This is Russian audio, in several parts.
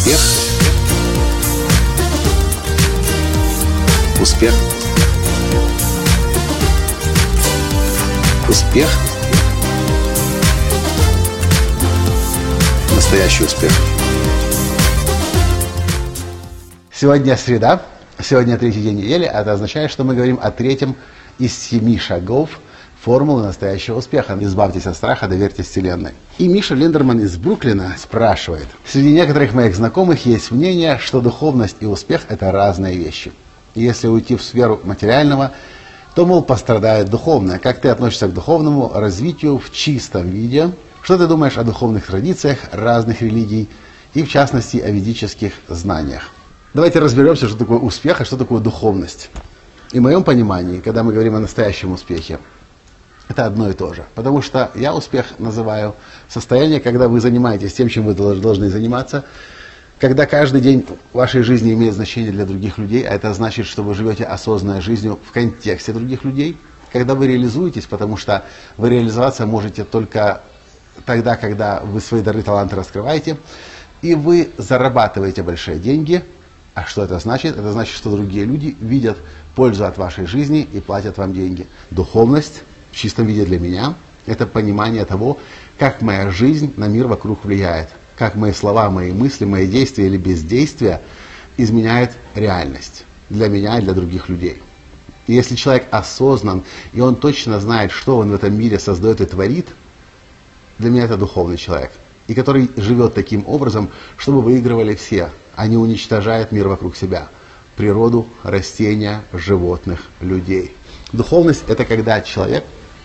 Успех. Успех. Успех. Настоящий успех. Сегодня среда, сегодня третий день недели, а это означает, что мы говорим о третьем из 7 шагов формулы настоящего успеха. Избавьтесь от страха, доверьтесь Вселенной. И Миша Линдерман из Бруклина спрашивает: среди некоторых моих знакомых есть мнение, что духовность и успех – это разные вещи. И если уйти в сферу материального, то, мол, пострадает духовное. Как ты относишься к духовному развитию в чистом виде? Что ты думаешь о духовных традициях разных религий и, в частности, о ведических знаниях? Давайте разберемся, что такое успех и что такое духовность. И в моем понимании, когда мы говорим о настоящем успехе, это одно и то же. Потому что я успех называю состояние, когда вы занимаетесь тем, чем вы должны заниматься, когда каждый день вашей жизни имеет значение для других людей, а это значит, что вы живете осознанной жизнью в контексте других людей, когда вы реализуетесь, потому что вы реализоваться можете только тогда, когда вы свои дары, таланты раскрываете, и вы зарабатываете большие деньги. А что это значит? Это значит, что другие люди видят пользу от вашей жизни и платят вам деньги. Духовность в чистом виде для меня – это понимание того, как моя жизнь на мир вокруг влияет, как мои слова, мои мысли, мои действия или бездействия изменяют реальность для меня и для других людей. И если человек осознан, и он точно знает, что он в этом мире создает и творит, для меня это духовный человек, и который живет таким образом, чтобы выигрывали все, а не уничтожает мир вокруг себя, природу, растения, животных, людей. Духовность – это когда человек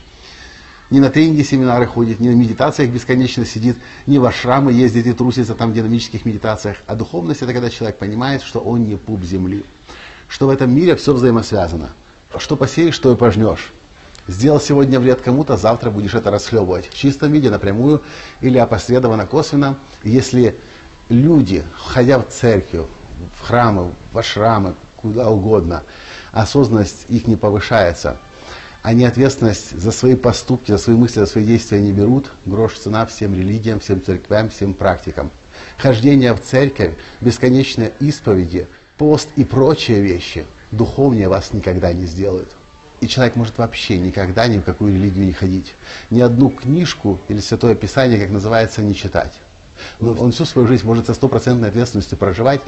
не на тренинги, семинары ходит, не на медитациях бесконечно сидит, не в ашрамы ездит и трусится там в динамических медитациях. А духовность – это когда человек понимает, что он не пуп земли, что в этом мире все взаимосвязано. Что посеешь, что и пожнешь. Сделал сегодня вред кому-то, завтра будешь это расхлебывать. В чистом виде, напрямую или опосредованно, косвенно. Если люди, ходя в церковь, в храмы, в ашрамы, куда угодно, осознанность их не повышается, они ответственность за свои поступки, за свои мысли, за свои действия не берут, грош цена всем религиям, всем церквям, всем практикам. Хождение в церковь, бесконечные исповеди, пост и прочие вещи духовнее вас никогда не сделают. И человек может вообще никогда ни в какую религию не ходить. Ни одну книжку или Святое Писание, как называется, не читать. Но он всю свою жизнь может со 100% ответственностью проживать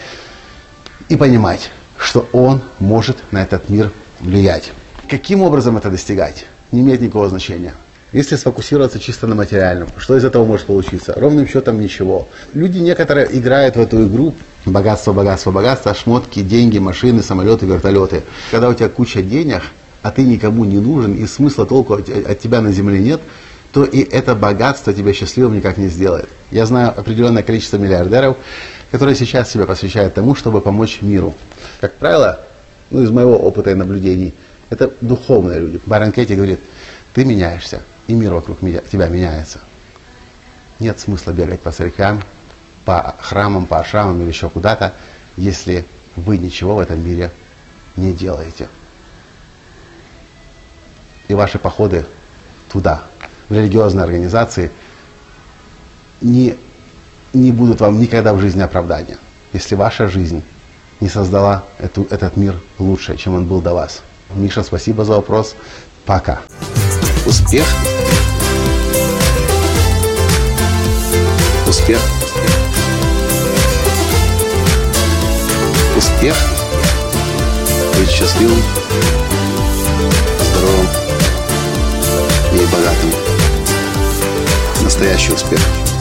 и понимать, что он может на этот мир влиять. Каким образом это достигать, не имеет никакого значения. Если сфокусироваться чисто на материальном, что из этого может получиться? Ровным счетом ничего. Люди некоторые играют в эту игру: богатство, богатство, богатство, шмотки, деньги, машины, самолеты, вертолеты. Когда у тебя куча денег, а ты никому не нужен, и смысла толку от тебя на земле нет, то и это богатство тебя счастливым никак не сделает. Я знаю определенное количество миллиардеров, которые сейчас себя посвящают тому, чтобы помочь миру. Как правило, из моего опыта и наблюдений, это духовные люди. Байрон Кэти говорит: ты меняешься, и мир вокруг тебя меняется. Нет смысла бегать по церквям, по храмам, по ашрамам или еще куда-то, если вы ничего в этом мире не делаете. И ваши походы туда, в религиозные организации, не будут вам никогда в жизни оправдания, если ваша жизнь не создала этот мир лучше, чем он был до вас. Миша, спасибо за вопрос. Пока. Успех. Успех. Успех. Быть счастливым, здоровым и богатым. Настоящий успех.